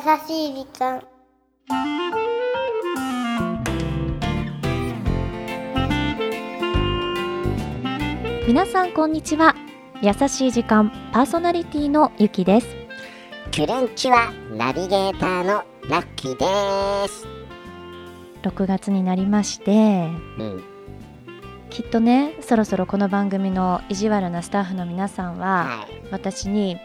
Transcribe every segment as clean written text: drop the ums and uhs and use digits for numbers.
しい時間。 皆さんこんにちは。優しい時間パーソナリティのゆきです。 クレンチはナビゲーターのラッキーです。 6月になりまして、きっとねそろそろこの番組の意地悪なスタッフの皆さんは、私に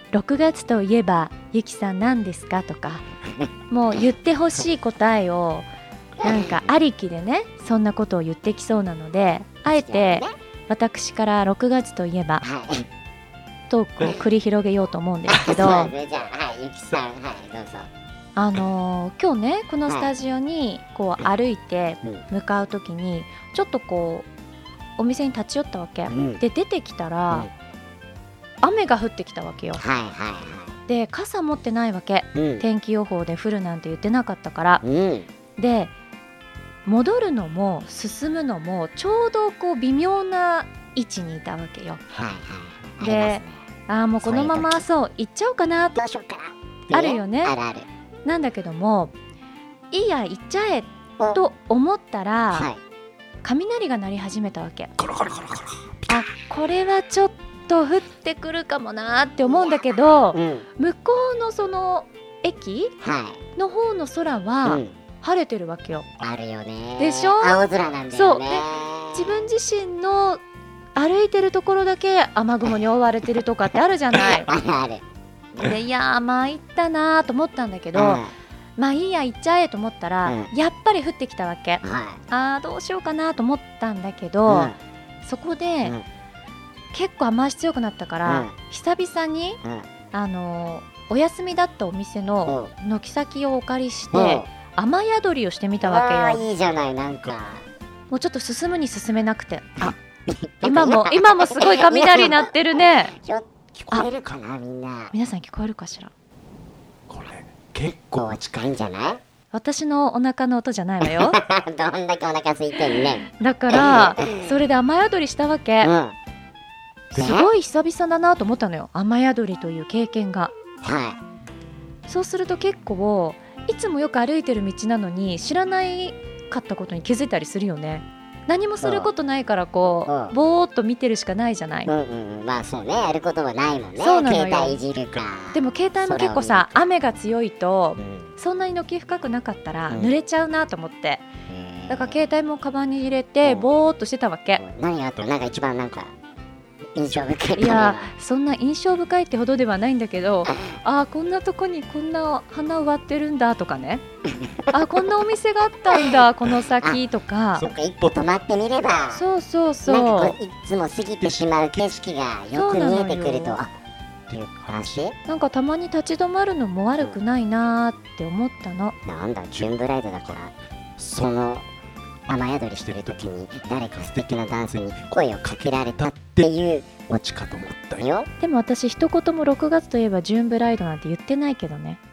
6月といえばゆきさん何ですかとかもう言ってほしい答えをなんかありきでねそんなことを言ってきそうなので、あえて私から6月といえばトークを繰り広げようと思うんですけどじゃあ、ゆきさん、どうぞ。 今日ねこのスタジオにこう歩いて向かうときにちょっとこうお店に立ち寄ったわけ、で出てきたら、雨が降ってきたわけよ、で傘持ってないわけ、天気予報で降るなんて言ってなかったから、で戻るのも進むのもちょうどこう微妙な位置にいたわけよ、でもうこのままそう行っちゃおうかなどうしようかな、 あるよね。 あるある。 なんだけどもいいや行っちゃえと思ったら、雷が鳴り始めたわけ。 コロコロコロコロ。 これはちょっと降ってくるかもなって思うんだけど、向こうのその駅の方の空は晴れてるわけよ。 あるよね。 でしょ。 青空なんだよね。 そうで自分自身の歩いてるところだけ雨雲に覆われてるとかってあるじゃないあるある。 でいや参ったなと思ったんだけど、まあいいや行っちゃえと思ったら、やっぱり降ってきたわけ、どうしようかなと思ったんだけど、そこで、結構雨足強くなったから、久々に、お休みだったお店の軒先をお借りして、雨宿りをしてみたわけよ。 いいじゃない。なんかもうちょっと進むに進めなくて今もすごい雷鳴ってるね。 聞こえるかな、みんな。 皆さん聞こえるかしら。 これ結構近いんじゃない？ 私のお腹の音じゃないわよどんだけお腹空いてんね。 だからそれで雨宿りしたわけ、すごい久々だなと思ったのよ、雨宿りという経験が。そうすると結構いつもよく歩いてる道なのに知らないかったことに気づいたりするよね。何もすることないからこう、ぼーっと見てるしかないじゃない。 まあそうね、やることはないもんね。 そうなのよ。 携帯いじるか。 でも携帯も結構さ、雨が強いと、そんなに軒深くなかったら濡れちゃうなと思って、だから携帯もカバンに入れてぼーっとしてたわけ。 何があったの？なんか一番なんか印象深い。 いやそんな印象深いってほどではないんだけどこんなとこにこんな花植わってるんだとかねこんなお店があったんだこの先とか。 そっか、一歩止まってみれば。 そうなんかいつも過ぎてしまう景色がよく見えてくるとっていう話。 なんかたまに立ち止まるのも悪くないなって思ったの。 なんだ、ジューンブライドだから、その雨宿りしてる時に誰か素敵なダンスに声をかけられたっていうオチかと思ったよ。 でも私一言も6月といえばジューンブライドなんて言ってないけどね。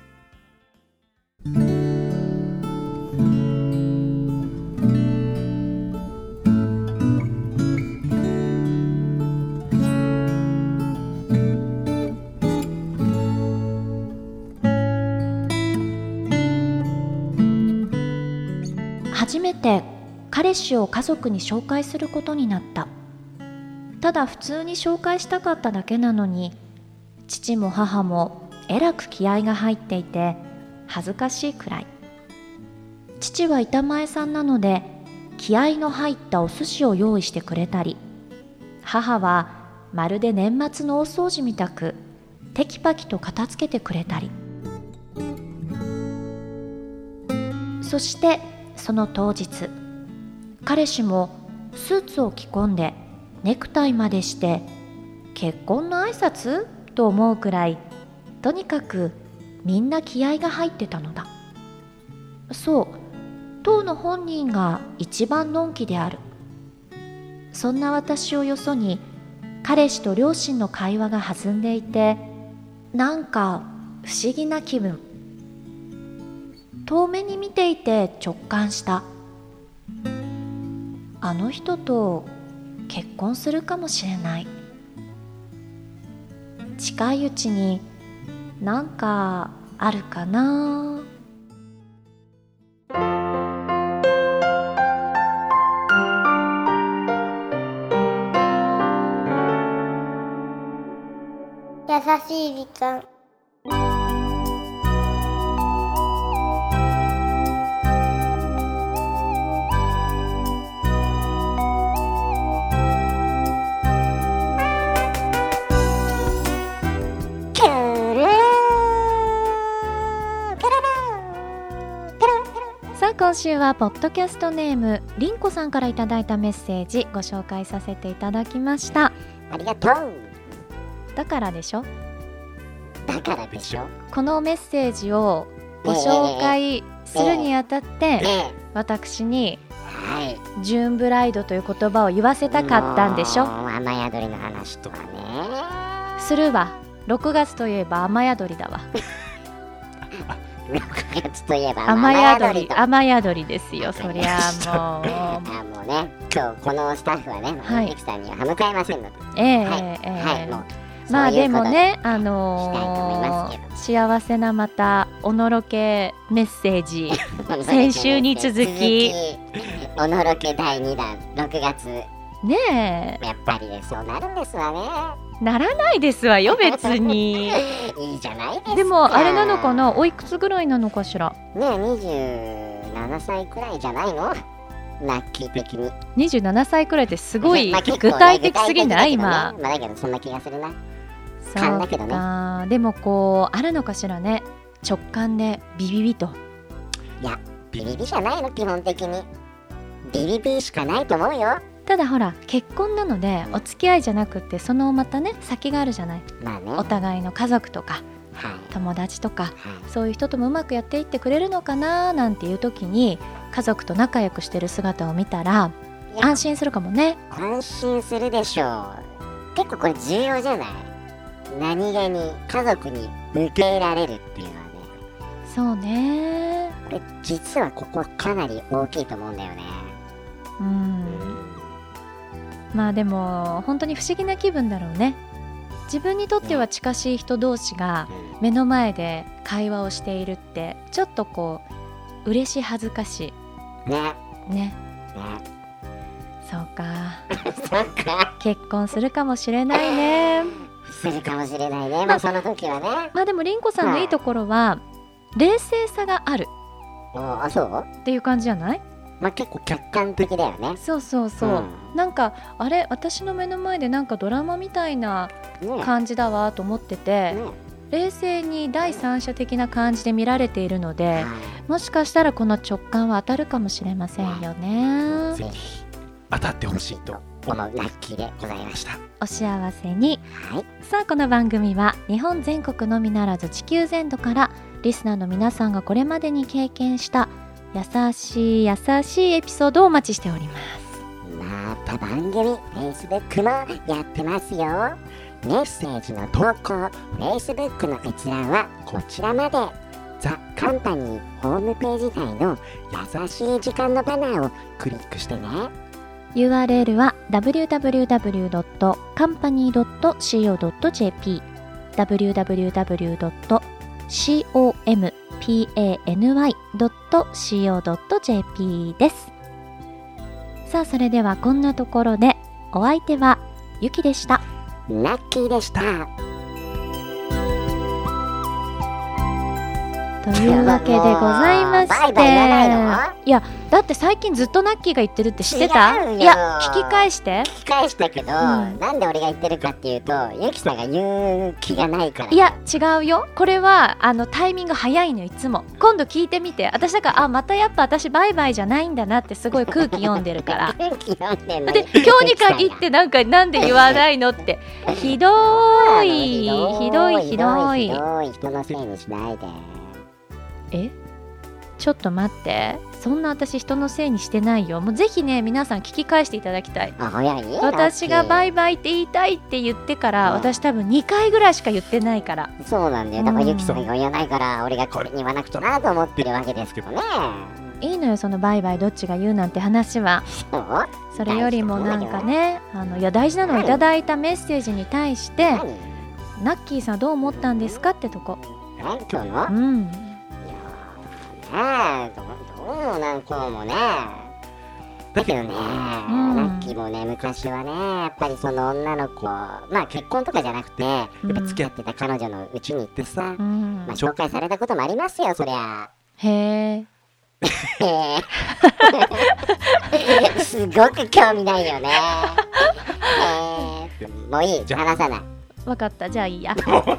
初めて彼氏を家族に紹介することになった。ただ普通に紹介したかっただけなのに、父も母もえらく気合が入っていて恥ずかしいくらい。父は板前さんなので気合の入ったお寿司を用意してくれたり、母はまるで年末の大掃除みたくテキパキと片付けてくれたり。そしてその当日、彼氏もスーツを着込んでネクタイまでして結婚の挨拶と思うくらい、とにかくみんな気合が入ってたのだ。そう、当の本人が一番のんきである。そんな私をよそに彼氏と両親の会話が弾んでいて、なんか不思議な気分。遠目に見ていて直感した。あの人と結婚するかもしれない。近いうちになんかあるかな。 優しい時間。 さあ今週はポッドキャストネームりんこさんからいただいたメッセージご紹介させていただきました。 ありがとう。 だからでしょ。 だからでしょ。 このメッセージをご紹介するにあたって、私にジューンブライドという言葉を言わせたかったんでしょ。 雨宿りの話とかね。 するわ。6月といえば雨宿りだわ。 6月といえば雨宿り、雨宿りですよ。そりゃもうもうね、今日このスタッフはね、ゆきさんには歯向かいませんので。もうまあでもね、 幸せなまたおのろけメッセージ先週に続きおのろけ第2弾6月ねえ、 やっぱりそうなるんですわね。 ならないですわよ別に。 いいじゃないですか。 でもあれなのかな、おいくつぐらいなのかしらね。27歳くらいじゃないの、ラッキー的に。 27歳くらいってすごい具体的すぎない？今だけどそんな気がするな。 そうだけどね。でもこうあるのかしらね、直感でビビビと。 いやビビビじゃないの、基本的にビビビしかないと思うよ。 ただほら結婚なのでお付き合いじゃなくて、そのまたね先があるじゃない、 まあね、 お互いの家族とか、友達とか、そういう人ともうまくやっていってくれるのかななんていう時に家族と仲良くしてる姿を見たら安心するかもね。 安心するでしょう。結構これ重要じゃない。何気に家族に受け入れられるっていうのはね。 そうね。 これ実はここかなり大きいと思うんだよね。 まあでも本当に不思議な気分だろうね。自分にとっては近しい人同士が目の前で会話をしているってちょっとこう嬉しい恥ずかしいね。そうかそうか結婚するかもしれないね。 するかもしれないね。まあその時はね。 まあでもりんこさんのいいところは冷静さがあるそうっていう感じじゃない？ まあ結構客観的だよね。 そう、なんかあれ私の目の前でなんかドラマみたいな感じだわと思ってて、冷静に第三者的な感じで見られているので、もしかしたらこの直感は当たるかもしれませんよね。 ぜひ当たってほしいと思うラッキーでございました。 お幸せに。さあこの番組は日本全国のみならず地球全土からリスナーの皆さんがこれまでに経験した優しいエピソードをお待ちしております。 また番組 Facebook もやってますよ。メッセージの投稿 Facebook の閲覧はこちらまで。ザ・カンパニーホームページ内の優しい時間のバナーをクリックしてね。 URL は www.company.co.jp www.company.co.jp です。さあそれではこんなところでお相手はゆきでした。 ラッキーでした。 というわけでございまして、いやだって最近ずっとナッキーが言ってるって知ってた？いや聞き返したけど、なんで俺が言ってるかっていうとゆきさんが言う気がないから。 いや違うよ、これはタイミング早いの。いつも今度聞いてみて。私だからまたやっぱ私バイバイじゃないんだなってすごい空気読んでるから空気読んでんので今日に限ってなんで言わないのってひどい人のせいにしないで。 ちょっと待って、そんな私人のせいにしてないよ。もうぜひね皆さん聞き返していただきたい。私がバイバイって言いたいって言ってから、私多分2回ぐらいしか言ってないから。 そうなんだよ。だからゆきさんが言わないから俺がこれに言わなくちゃなと思ってるわけですけどね。 いいのよそのバイバイどっちが言うなんて話は。それよりもなんかねいや大事なのは、いただいたメッセージに対してナッキーさんどう思ったんですかってとこ。 今日の、 うんいやねどうもなんこうもね。だけどね、ラッキーもね、昔はね、やっぱりその女の子、まあ結婚とかじゃなくて、やっぱ付き合ってた彼女の家に行ってさ、まあ紹介されたこともありますよ、そりゃ。 へえ。 すごく興味ないよね。もういい、話さない。 わかった、じゃあいいや。違う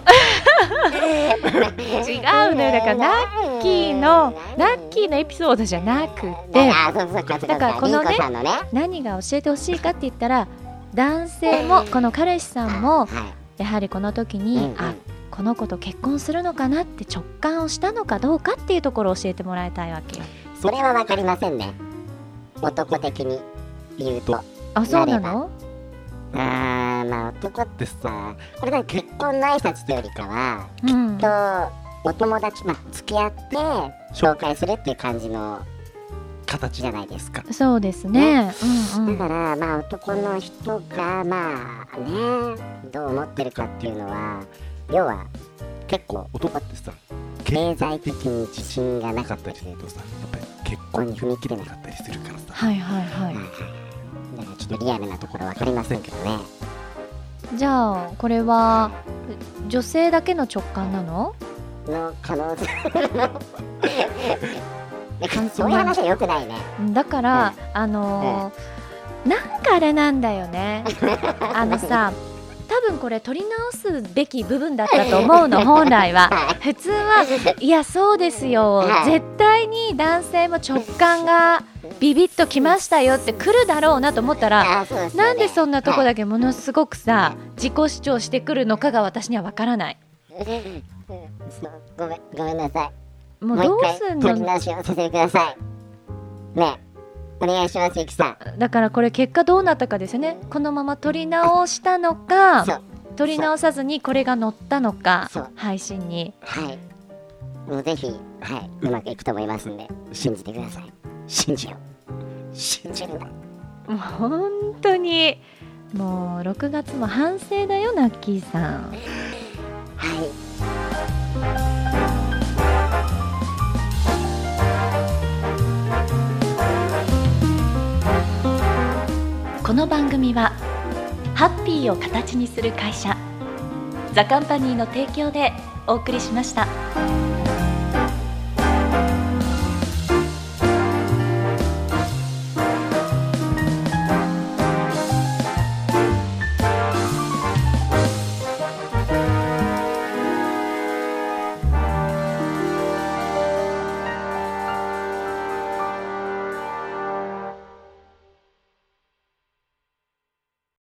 のよ、だからラッキーのエピソードじゃなくて、だからこのね、何が教えてほしいかって言ったら、男性もこの彼氏さんもやはりこの時に、あ、この子と結婚するのかなって直感をしたのかどうかっていうところを教えてもらいたいわけよ。 それはわかりませんね、男的に言うと。 あ、そうなの？ まあ男ってさ、これだけ結婚の挨拶というよりかは、きっとお友達、まあ付き合って紹介するっていう感じの形じゃないですか。 そうですね。 だからまあ男の人がまあね、どう思ってるかっていうのは、要は結構男ってさ、経済的に自信がなかったりするとさ、やっぱり結婚に踏み切れなかったりするからさ。 はいはいはい。 だからちょっとリアルなところわかりませんけどね。 じゃあこれは女性だけの直感なの？ の可能性そういう話は良くないね。 だから、なんかあれなんだよね。さ、多分これ取り直すべき部分だったと思うの。本来は普通はいやそうですよ、絶対に男性も直感がビビッときましたよって来るだろうなと思ったら、なんでそんなとこだけものすごくさ、自己主張してくるのかが私には分からない。 ごめんなさい。 もうどうすんの？ 取り直しをさせてくださいね。お願いします、ゆきさん。だからこれ結果どうなったかですよね。このまま取り直したのか、取り直さずにこれが載ったのか、配信に。 はい。もうぜひ、はい、うまくいくと思いますんで、信じてください。信じるな。 もう本当にもう6月も反省だよ、ナッキーさん。 はい。 この番組はハッピーを形にする会社ザカンパニーの提供でお送りしました。